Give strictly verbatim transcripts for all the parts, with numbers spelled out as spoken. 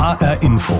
H R Info.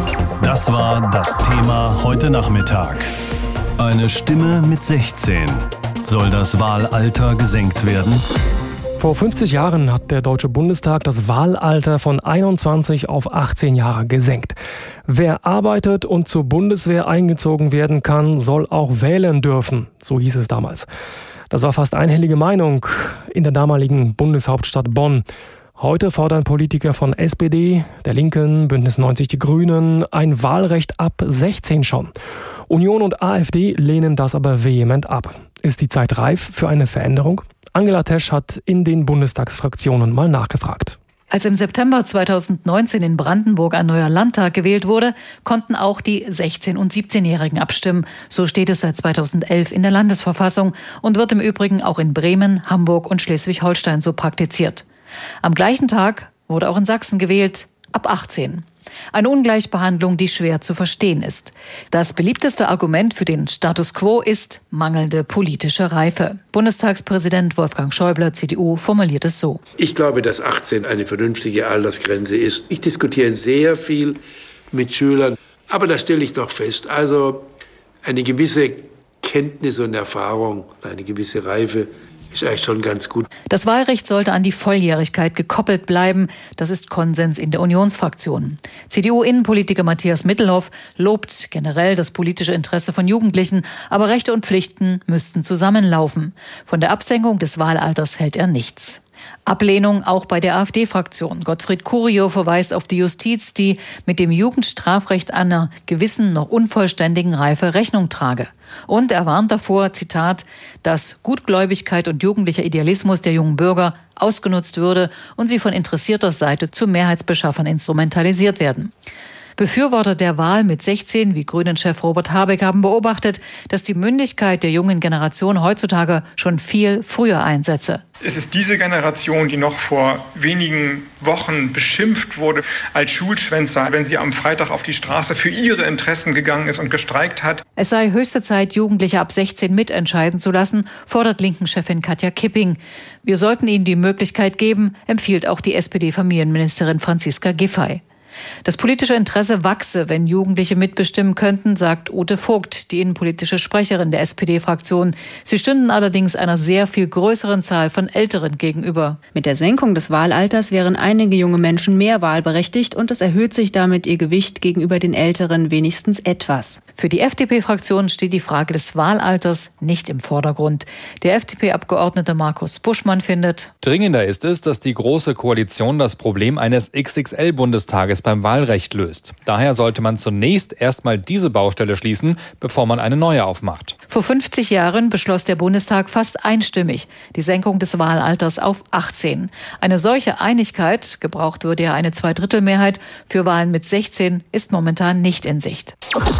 Das war das Thema heute Nachmittag. Eine Stimme mit sechzehn. Soll das Wahlalter gesenkt werden? Vor fünfzig Jahren hat der Deutsche Bundestag das Wahlalter von einundzwanzig auf achtzehn Jahre gesenkt. Wer arbeitet und zur Bundeswehr eingezogen werden kann, soll auch wählen dürfen, so hieß es damals. Das war fast einhellige Meinung in der damaligen Bundeshauptstadt Bonn. Heute fordern Politiker von S P D, der Linken, Bündnis neunzig Die Grünen ein Wahlrecht ab sechzehn schon. Union und AfD lehnen das aber vehement ab. Ist die Zeit reif für eine Veränderung? Angela Tesch hat in den Bundestagsfraktionen mal nachgefragt. Als im September zweitausendneunzehn in Brandenburg ein neuer Landtag gewählt wurde, konnten auch die sechzehn- und siebzehnjährigen abstimmen. So steht es seit zweitausendelf in der Landesverfassung und wird im Übrigen auch in Bremen, Hamburg und Schleswig-Holstein so praktiziert. Am gleichen Tag wurde auch in Sachsen gewählt, ab achtzehn. Eine Ungleichbehandlung, die schwer zu verstehen ist. Das beliebteste Argument für den Status quo ist mangelnde politische Reife. Bundestagspräsident Wolfgang Schäuble, C D U, formuliert es so. Ich glaube, dass achtzehn eine vernünftige Altersgrenze ist. Ich diskutiere sehr viel mit Schülern, aber da stelle ich doch fest, also eine gewisse Kenntnis und Erfahrung, eine gewisse Reife ist eigentlich schon ganz gut. Das Wahlrecht sollte an die Volljährigkeit gekoppelt bleiben. Das ist Konsens in der Unionsfraktion. C D U-Innenpolitiker Matthias Mittelhoff lobt generell das politische Interesse von Jugendlichen, aber Rechte und Pflichten müssten zusammenlaufen. Von der Absenkung des Wahlalters hält er nichts. Ablehnung auch bei der AfD-Fraktion. Gottfried Curio verweist auf die Justiz, die mit dem Jugendstrafrecht einer gewissen, noch unvollständigen Reife Rechnung trage. Und er warnt davor, Zitat, dass Gutgläubigkeit und jugendlicher Idealismus der jungen Bürger ausgenutzt würde und sie von interessierter Seite zu Mehrheitsbeschaffern instrumentalisiert werden. Befürworter der Wahl mit sechzehn, wie Grünen-Chef Robert Habeck, haben beobachtet, dass die Mündigkeit der jungen Generation heutzutage schon viel früher einsetze. Es ist diese Generation, die noch vor wenigen Wochen beschimpft wurde als Schulschwänzer, wenn sie am Freitag auf die Straße für ihre Interessen gegangen ist und gestreikt hat. Es sei höchste Zeit, Jugendliche ab sechzehn mitentscheiden zu lassen, fordert Linken-Chefin Katja Kipping. Wir sollten ihnen die Möglichkeit geben, empfiehlt auch die S P D-Familienministerin Franziska Giffey. Das politische Interesse wachse, wenn Jugendliche mitbestimmen könnten, sagt Ute Vogt, die innenpolitische Sprecherin der S P D-Fraktion. Sie stünden allerdings einer sehr viel größeren Zahl von Älteren gegenüber. Mit der Senkung des Wahlalters wären einige junge Menschen mehr wahlberechtigt und es erhöht sich damit ihr Gewicht gegenüber den Älteren wenigstens etwas. Für die F D P-Fraktion steht die Frage des Wahlalters nicht im Vordergrund. Der F D P-Abgeordnete Markus Buschmann findet: Dringender ist es, dass die Große Koalition das Problem eines X X L-Bundestages beim Wahlrecht löst. Daher sollte man zunächst erstmal diese Baustelle schließen, bevor man eine neue aufmacht. Vor fünfzig Jahren beschloss der Bundestag fast einstimmig die Senkung des Wahlalters auf achtzehn. Eine solche Einigkeit, gebraucht würde ja eine Zweidrittelmehrheit, für Wahlen mit sechzehn ist momentan nicht in Sicht.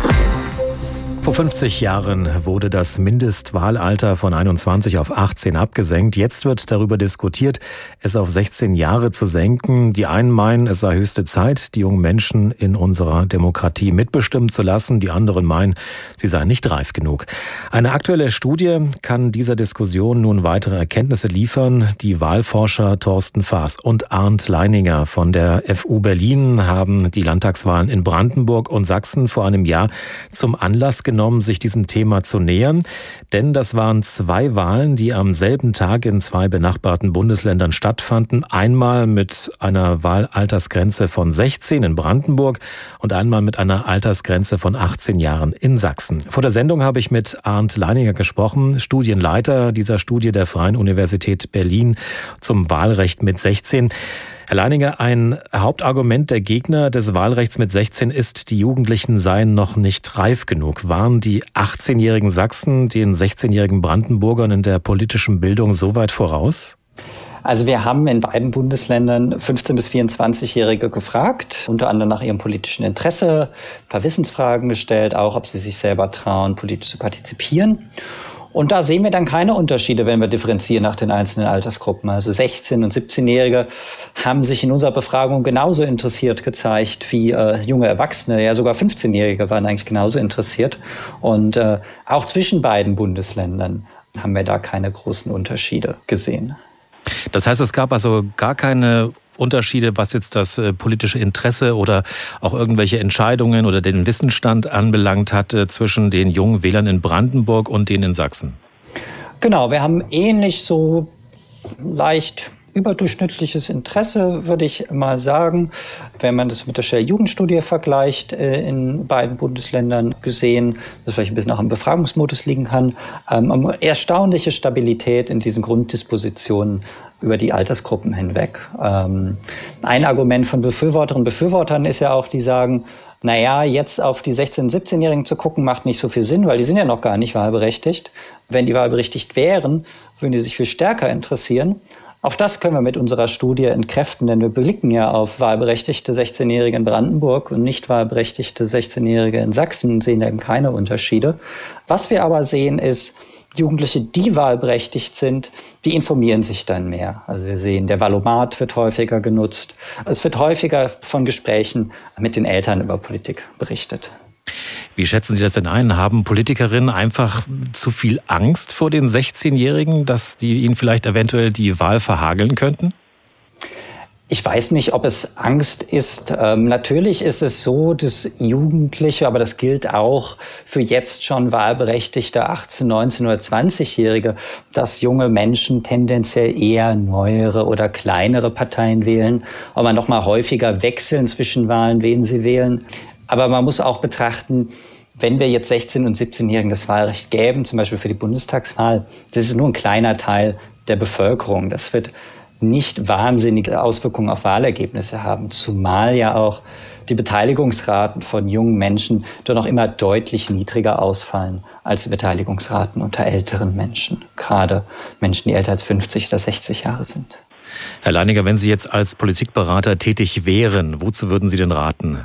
Vor fünfzig Jahren wurde das Mindestwahlalter von einundzwanzig auf achtzehn abgesenkt. Jetzt wird darüber diskutiert, es auf sechzehn Jahre zu senken. Die einen meinen, es sei höchste Zeit, die jungen Menschen in unserer Demokratie mitbestimmen zu lassen. Die anderen meinen, sie seien nicht reif genug. Eine aktuelle Studie kann dieser Diskussion nun weitere Erkenntnisse liefern. Die Wahlforscher Thorsten Faas und Arndt Leininger von der F U Berlin haben die Landtagswahlen in Brandenburg und Sachsen vor einem Jahr zum Anlass genommen, sich diesem Thema zu nähern. Denn das waren zwei Wahlen, die am selben Tag in zwei benachbarten Bundesländern stattfanden. Einmal mit einer Wahlaltersgrenze von sechzehn in Brandenburg und einmal mit einer Altersgrenze von achtzehn Jahren in Sachsen. Vor der Sendung habe ich mit Arndt Leininger gesprochen, Studienleiter dieser Studie der Freien Universität Berlin zum Wahlrecht mit sechzehn. Herr Leininger, ein Hauptargument der Gegner des Wahlrechts mit sechzehn ist, die Jugendlichen seien noch nicht reif genug. Waren die achtzehnjährigen Sachsen den sechzehnjährigen Brandenburgern in der politischen Bildung so weit voraus? Also wir haben in beiden Bundesländern fünfzehn- bis vierundzwanzigjährige gefragt, unter anderem nach ihrem politischen Interesse, ein paar Wissensfragen gestellt, auch ob sie sich selber trauen, politisch zu partizipieren. Und da sehen wir dann keine Unterschiede, wenn wir differenzieren nach den einzelnen Altersgruppen. Also sechzehn- und siebzehnjährige haben sich in unserer Befragung genauso interessiert gezeigt wie äh, junge Erwachsene. Ja, sogar fünfzehnjährige waren eigentlich genauso interessiert. Und äh, auch zwischen beiden Bundesländern haben wir da keine großen Unterschiede gesehen. Das heißt, es gab also gar keine Unterschiede, was jetzt das äh, politische Interesse oder auch irgendwelche Entscheidungen oder den Wissensstand anbelangt hat äh, zwischen den jungen Wählern in Brandenburg und denen in Sachsen. Genau, wir haben ähnlich so leicht überdurchschnittliches Interesse, würde ich mal sagen. Wenn man das mit der Share-Jugendstudie vergleicht, äh, in beiden Bundesländern gesehen, das vielleicht ein bisschen auch am Befragungsmodus liegen kann, ähm, erstaunliche Stabilität in diesen Grunddispositionen über die Altersgruppen hinweg. Ähm, ein Argument von Befürworterinnen und Befürwortern ist ja auch, die sagen, naja, jetzt auf die sechzehn-, siebzehnjährigen zu gucken, macht nicht so viel Sinn, weil die sind ja noch gar nicht wahlberechtigt. Wenn die wahlberechtigt wären, würden die sich viel stärker interessieren. Auch das können wir mit unserer Studie entkräften, denn wir blicken ja auf wahlberechtigte sechzehnjährige in Brandenburg und nicht wahlberechtigte sechzehnjährige in Sachsen und sehen da eben keine Unterschiede. Was wir aber sehen ist, Jugendliche, die wahlberechtigt sind, die informieren sich dann mehr. Also wir sehen, der Valomat wird häufiger genutzt. Es wird häufiger von Gesprächen mit den Eltern über Politik berichtet. Wie schätzen Sie das denn ein? Haben Politikerinnen einfach zu viel Angst vor den sechzehnjährigen, dass die ihnen vielleicht eventuell die Wahl verhageln könnten? Ich weiß nicht, ob es Angst ist. Ähm, natürlich ist es so, dass Jugendliche, aber das gilt auch für jetzt schon wahlberechtigte achtzehn-, neunzehn- oder zwanzigjährige, dass junge Menschen tendenziell eher neuere oder kleinere Parteien wählen, aber noch mal häufiger wechseln zwischen Wahlen, wen sie wählen. Aber man muss auch betrachten, wenn wir jetzt sechzehn- und siebzehnjährigen das Wahlrecht gäben, zum Beispiel für die Bundestagswahl, das ist nur ein kleiner Teil der Bevölkerung. Das wird nicht wahnsinnige Auswirkungen auf Wahlergebnisse haben, zumal ja auch die Beteiligungsraten von jungen Menschen doch noch immer deutlich niedriger ausfallen als die Beteiligungsraten unter älteren Menschen, gerade Menschen, die älter als fünfzig oder sechzig Jahre sind. Herr Leininger, wenn Sie jetzt als Politikberater tätig wären, wozu würden Sie denn raten?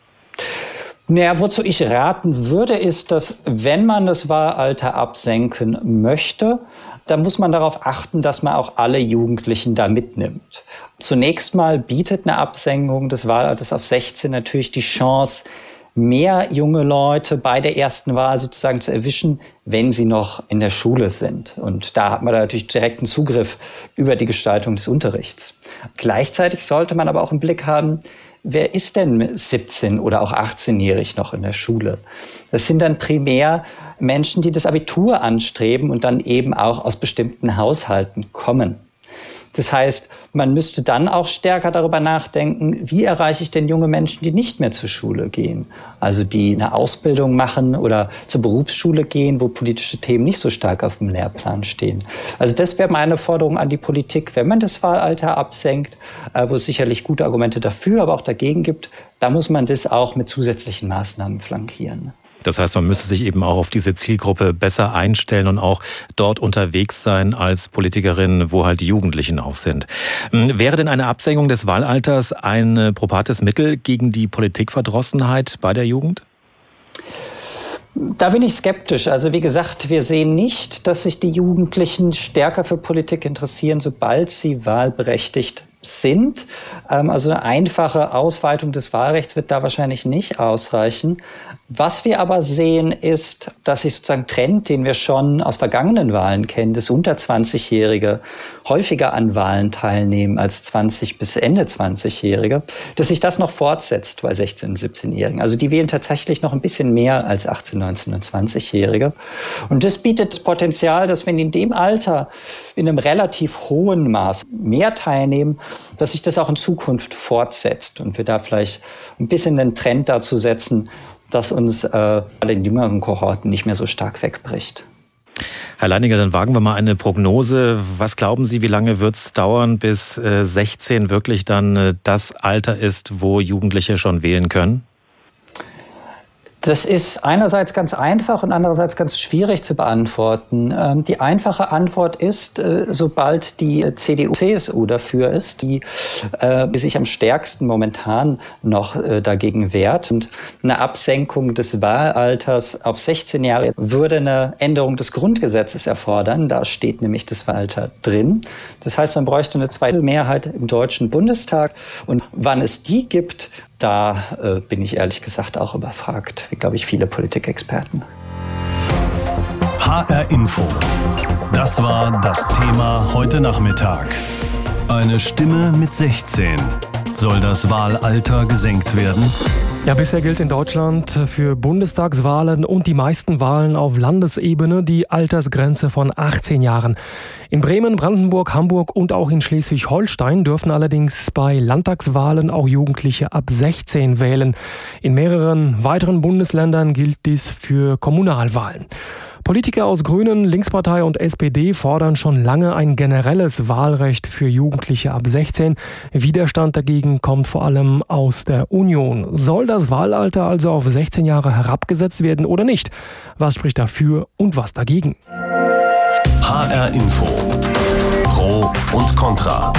Naja, wozu ich raten würde, ist, dass wenn man das Wahlalter absenken möchte, dann muss man darauf achten, dass man auch alle Jugendlichen da mitnimmt. Zunächst mal bietet eine Absenkung des Wahlalters auf sechzehn natürlich die Chance, mehr junge Leute bei der ersten Wahl sozusagen zu erwischen, wenn sie noch in der Schule sind. Und da hat man da natürlich direkten Zugriff über die Gestaltung des Unterrichts. Gleichzeitig sollte man aber auch im Blick haben, wer ist denn siebzehn- oder auch achtzehnjährig noch in der Schule? Das sind dann primär Menschen, die das Abitur anstreben und dann eben auch aus bestimmten Haushalten kommen. Das heißt, man müsste dann auch stärker darüber nachdenken, wie erreiche ich denn junge Menschen, die nicht mehr zur Schule gehen? Also die eine Ausbildung machen oder zur Berufsschule gehen, wo politische Themen nicht so stark auf dem Lehrplan stehen. Also das wäre meine Forderung an die Politik, wenn man das Wahlalter absenkt, wo es sicherlich gute Argumente dafür, aber auch dagegen gibt, da muss man das auch mit zusätzlichen Maßnahmen flankieren. Das heißt, man müsste sich eben auch auf diese Zielgruppe besser einstellen und auch dort unterwegs sein als Politikerin, wo halt die Jugendlichen auch sind. Wäre denn eine Absenkung des Wahlalters ein probates Mittel gegen die Politikverdrossenheit bei der Jugend? Da bin ich skeptisch. Also wie gesagt, wir sehen nicht, dass sich die Jugendlichen stärker für Politik interessieren, sobald sie wahlberechtigt sind. Also eine einfache Ausweitung des Wahlrechts wird da wahrscheinlich nicht ausreichen. Was wir aber sehen, ist, dass sich sozusagen Trend, den wir schon aus vergangenen Wahlen kennen, dass unter zwanzigjährige häufiger an Wahlen teilnehmen als zwanzig- bis Ende zwanzigjährige, dass sich das noch fortsetzt bei sechzehn- und siebzehnjährigen. Also die wählen tatsächlich noch ein bisschen mehr als achtzehn-, neunzehn- und zwanzigjährige. Und das bietet das Potenzial, dass wenn die in dem Alter in einem relativ hohen Maß mehr teilnehmen, dass sich das auch in Zukunft fortsetzt und wir da vielleicht ein bisschen den Trend dazu setzen, dass uns äh, den jüngeren Kohorten nicht mehr so stark wegbricht. Herr Leininger, dann wagen wir mal eine Prognose. Was glauben Sie, wie lange wird es dauern, bis äh, sechzehn wirklich dann äh, das Alter ist, wo Jugendliche schon wählen können? Das ist einerseits ganz einfach und andererseits ganz schwierig zu beantworten. Ähm, die einfache Antwort ist, äh, sobald die C D U, C S U dafür ist, die, äh, die sich am stärksten momentan noch äh, dagegen wehrt. Und eine Absenkung des Wahlalters auf sechzehn Jahre würde eine Änderung des Grundgesetzes erfordern. Da steht nämlich das Wahlalter drin. Das heißt, man bräuchte eine zweite Mehrheit im Deutschen Bundestag. Und wann es die gibt, da äh, bin ich ehrlich gesagt auch überfragt, wie, glaube ich, viele Politikexperten. H R Info. Das war das Thema heute Nachmittag. Eine Stimme mit sechzehn. Soll das Wahlalter gesenkt werden? Ja, bisher gilt in Deutschland für Bundestagswahlen und die meisten Wahlen auf Landesebene die Altersgrenze von achtzehn Jahren. In Bremen, Brandenburg, Hamburg und auch in Schleswig-Holstein dürfen allerdings bei Landtagswahlen auch Jugendliche ab sechzehn wählen. In mehreren weiteren Bundesländern gilt dies für Kommunalwahlen. Politiker aus Grünen, Linkspartei und S P D fordern schon lange ein generelles Wahlrecht für Jugendliche ab sechzehn. Widerstand dagegen kommt vor allem aus der Union. Soll das Wahlalter also auf sechzehn Jahre herabgesetzt werden oder nicht? Was spricht dafür und was dagegen? H R Info. Pro und Contra.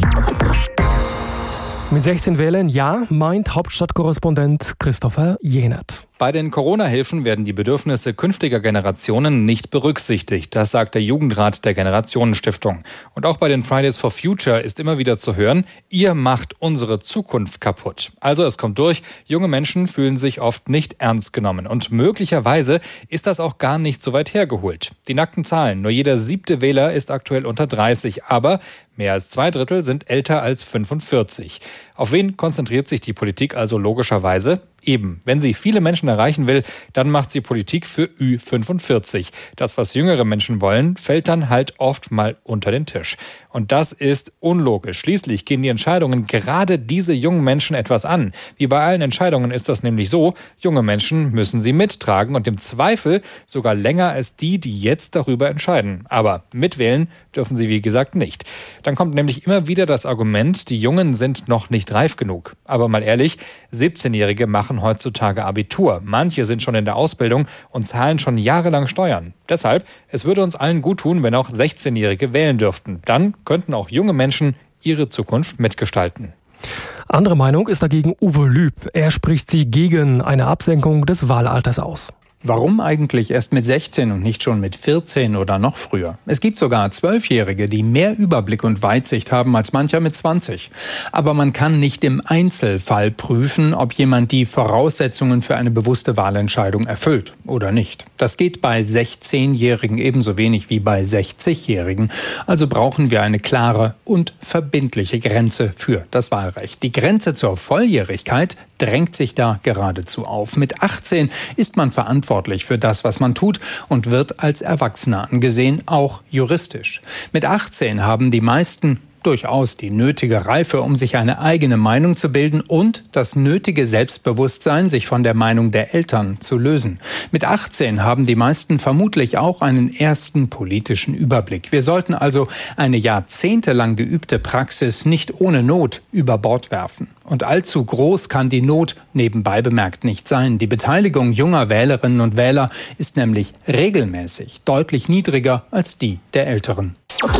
Mit sechzehn wählen ja, meint Hauptstadtkorrespondent Christopher Jenert. Bei den Corona-Hilfen werden die Bedürfnisse künftiger Generationen nicht berücksichtigt. Das sagt der Jugendrat der Generationenstiftung. Und auch bei den Fridays for Future ist immer wieder zu hören, ihr macht unsere Zukunft kaputt. Also es kommt durch, junge Menschen fühlen sich oft nicht ernst genommen. Und möglicherweise ist das auch gar nicht so weit hergeholt. Die nackten Zahlen, nur jeder siebte Wähler ist aktuell unter dreißig, aber mehr als zwei Drittel sind älter als fünfundvierzig. Auf wen konzentriert sich die Politik also logischerweise? Eben, wenn sie viele Menschen erreichen will, dann macht sie Politik für Ü fünfundvierzig. Das, was jüngere Menschen wollen, fällt dann halt oft mal unter den Tisch. Und das ist unlogisch. Schließlich gehen die Entscheidungen gerade diese jungen Menschen etwas an. Wie bei allen Entscheidungen ist das nämlich so, junge Menschen müssen sie mittragen und im Zweifel sogar länger als die, die jetzt darüber entscheiden. Aber mitwählen dürfen sie, wie gesagt, nicht. Dann kommt nämlich immer wieder das Argument, die Jungen sind noch nicht reif genug. Aber mal ehrlich, siebzehnjährige machen heutzutage Abitur. Manche sind schon in der Ausbildung und zahlen schon jahrelang Steuern. Deshalb, es würde uns allen gut tun, wenn auch sechzehnjährige wählen dürften. Dann könnten auch junge Menschen ihre Zukunft mitgestalten. Andere Meinung ist dagegen Uwe Lüb. Er spricht sich gegen eine Absenkung des Wahlalters aus. Warum eigentlich erst mit sechzehn und nicht schon mit vierzehn oder noch früher? Es gibt sogar Zwölfjährige, die mehr Überblick und Weitsicht haben als mancher mit zwanzig. Aber man kann nicht im Einzelfall prüfen, ob jemand die Voraussetzungen für eine bewusste Wahlentscheidung erfüllt oder nicht. Das geht bei sechzehnjährigen ebenso wenig wie bei sechzigjährigen. Also brauchen wir eine klare und verbindliche Grenze für das Wahlrecht. Die Grenze zur Volljährigkeit drängt sich da geradezu auf. Mit achtzehn ist man verantwortlich für das, was man tut und wird als Erwachsener angesehen, auch juristisch. Mit achtzehn haben die meisten durchaus die nötige Reife, um sich eine eigene Meinung zu bilden und das nötige Selbstbewusstsein, sich von der Meinung der Eltern zu lösen. Mit achtzehn haben die meisten vermutlich auch einen ersten politischen Überblick. Wir sollten also eine jahrzehntelang geübte Praxis nicht ohne Not über Bord werfen. Und allzu groß kann die Not nebenbei bemerkt nicht sein. Die Beteiligung junger Wählerinnen und Wähler ist nämlich regelmäßig deutlich niedriger als die der Älteren.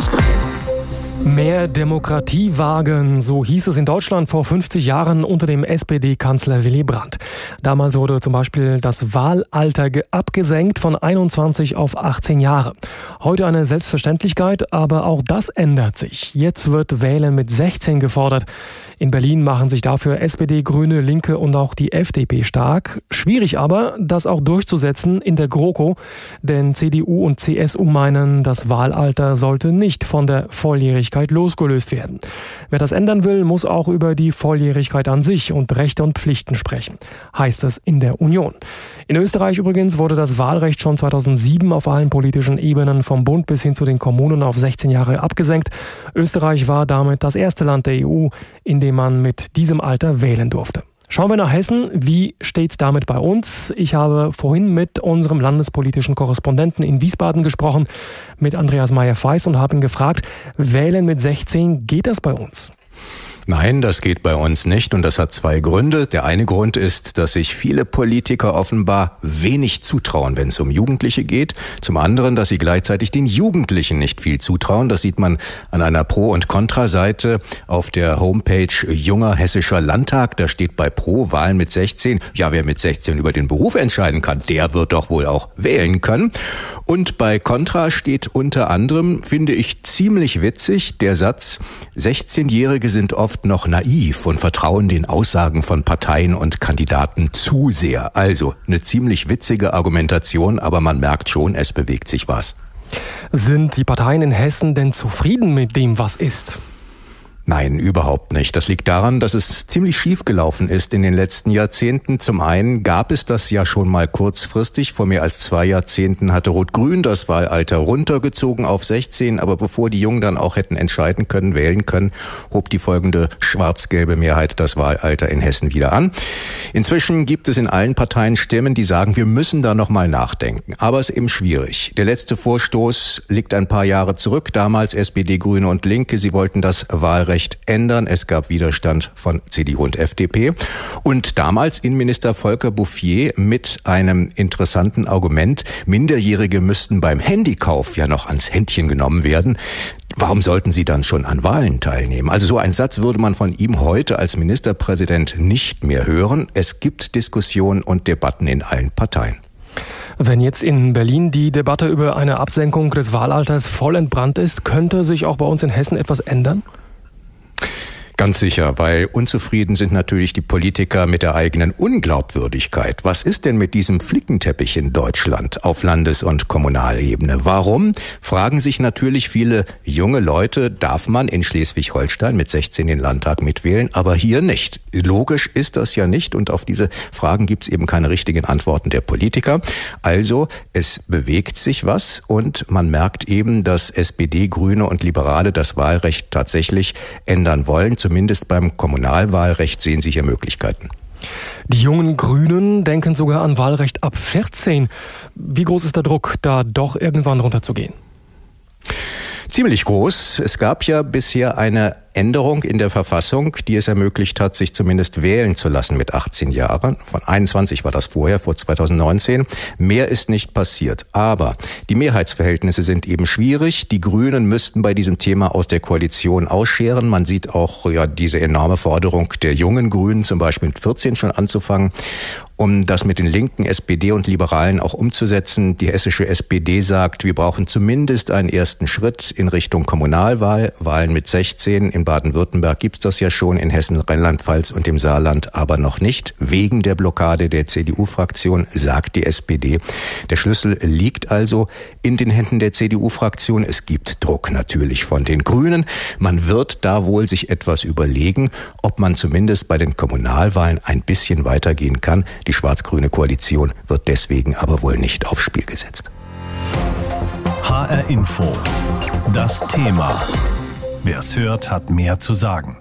Mehr Demokratie wagen, so hieß es in Deutschland vor fünfzig Jahren unter dem S P D-Kanzler Willy Brandt. Damals wurde zum Beispiel das Wahlalter abgesenkt von einundzwanzig auf achtzehn Jahre. Heute eine Selbstverständlichkeit, aber auch das ändert sich. Jetzt wird Wählen mit sechzehn gefordert. In Berlin machen sich dafür S P D, Grüne, Linke und auch die F D P stark. Schwierig aber, das auch durchzusetzen in der GroKo, denn C D U und C S U meinen, das Wahlalter sollte nicht von der Volljährigkeit losgelöst werden. Wer das ändern will, muss auch über die Volljährigkeit an sich und Rechte und Pflichten sprechen, heißt es in der Union. In Österreich übrigens wurde das Wahlrecht schon zweitausendsieben auf allen politischen Ebenen vom Bund bis hin zu den Kommunen auf sechzehn Jahre abgesenkt. Österreich war damit das erste Land der E U, in dem man mit diesem Alter wählen durfte. Schauen wir nach Hessen. Wie steht's damit bei uns? Ich habe vorhin mit unserem landespolitischen Korrespondenten in Wiesbaden gesprochen, mit Andreas Meyer-Feiß, und habe ihn gefragt, wählen mit sechzehn, geht das bei uns? Nein, das geht bei uns nicht und das hat zwei Gründe. Der eine Grund ist, dass sich viele Politiker offenbar wenig zutrauen, wenn es um Jugendliche geht. Zum anderen, dass sie gleichzeitig den Jugendlichen nicht viel zutrauen. Das sieht man an einer Pro- und Kontra-Seite auf der Homepage Junger Hessischer Landtag. Da steht bei Pro Wahlen mit sechzehn. Ja, wer mit sechzehn über den Beruf entscheiden kann, der wird doch wohl auch wählen können. Und bei Kontra steht unter anderem, finde ich ziemlich witzig, der Satz, sechzehnjährige sind oft oft noch naiv und vertrauen den Aussagen von Parteien und Kandidaten zu sehr. Also eine ziemlich witzige Argumentation, aber man merkt schon, es bewegt sich was. Sind die Parteien in Hessen denn zufrieden mit dem, was ist? Nein, überhaupt nicht. Das liegt daran, dass es ziemlich schief gelaufen ist in den letzten Jahrzehnten. Zum einen gab es das ja schon mal kurzfristig. Vor mehr als zwei Jahrzehnten hatte Rot-Grün das Wahlalter runtergezogen auf sechzehn. Aber bevor die Jungen dann auch hätten entscheiden können, wählen können, hob die folgende schwarz-gelbe Mehrheit das Wahlalter in Hessen wieder an. Inzwischen gibt es in allen Parteien Stimmen, die sagen, wir müssen da noch mal nachdenken. Aber es ist eben schwierig. Der letzte Vorstoß liegt ein paar Jahre zurück. Damals S P D, Grüne und Linke. Sie wollten das Wahlrecht ändern. Es gab Widerstand von C D U und F D P. Und damals Innenminister Volker Bouffier mit einem interessanten Argument, Minderjährige müssten beim Handykauf ja noch ans Händchen genommen werden. Warum sollten sie dann schon an Wahlen teilnehmen? Also so einen Satz würde man von ihm heute als Ministerpräsident nicht mehr hören. Es gibt Diskussionen und Debatten in allen Parteien. Wenn jetzt in Berlin die Debatte über eine Absenkung des Wahlalters voll entbrannt ist, könnte sich auch bei uns in Hessen etwas ändern? Ganz sicher, weil unzufrieden sind natürlich die Politiker mit der eigenen Unglaubwürdigkeit. Was ist denn mit diesem Flickenteppich in Deutschland auf Landes- und Kommunalebene? Warum, fragen sich natürlich viele junge Leute, darf man in Schleswig-Holstein mit sechzehn den Landtag mitwählen, aber hier nicht. Logisch ist das ja nicht und auf diese Fragen gibt es eben keine richtigen Antworten der Politiker. Also es bewegt sich was und man merkt eben, dass S P D, Grüne und Liberale das Wahlrecht tatsächlich ändern wollen. Zumindest beim Kommunalwahlrecht sehen Sie hier Möglichkeiten. Die jungen Grünen denken sogar an Wahlrecht ab vierzehn. Wie groß ist der Druck, da doch irgendwann runterzugehen? Ziemlich groß. Es gab ja bisher eine Änderung in der Verfassung, die es ermöglicht hat, sich zumindest wählen zu lassen mit achtzehn Jahren. Von einundzwanzig war das vorher, vor zweitausendneunzehn. Mehr ist nicht passiert. Aber die Mehrheitsverhältnisse sind eben schwierig. Die Grünen müssten bei diesem Thema aus der Koalition ausscheren. Man sieht auch ja diese enorme Forderung der jungen Grünen, zum Beispiel mit vierzehn schon anzufangen, um das mit den Linken, S P D und Liberalen auch umzusetzen. Die hessische S P D sagt, wir brauchen zumindest einen ersten Schritt in Richtung Kommunalwahl, Wahlen mit sechzehn. In Baden-Württemberg gibt's das ja schon, in Hessen, Rheinland-Pfalz und im Saarland aber noch nicht. Wegen der Blockade der C D U-Fraktion, sagt die S P D. Der Schlüssel liegt also in den Händen der C D U-Fraktion. Es gibt Druck natürlich von den Grünen. Man wird da wohl sich etwas überlegen, ob man zumindest bei den Kommunalwahlen ein bisschen weitergehen kann. Die schwarz-grüne Koalition wird deswegen aber wohl nicht aufs Spiel gesetzt. H R Info. Das Thema. Wer es hört, hat mehr zu sagen.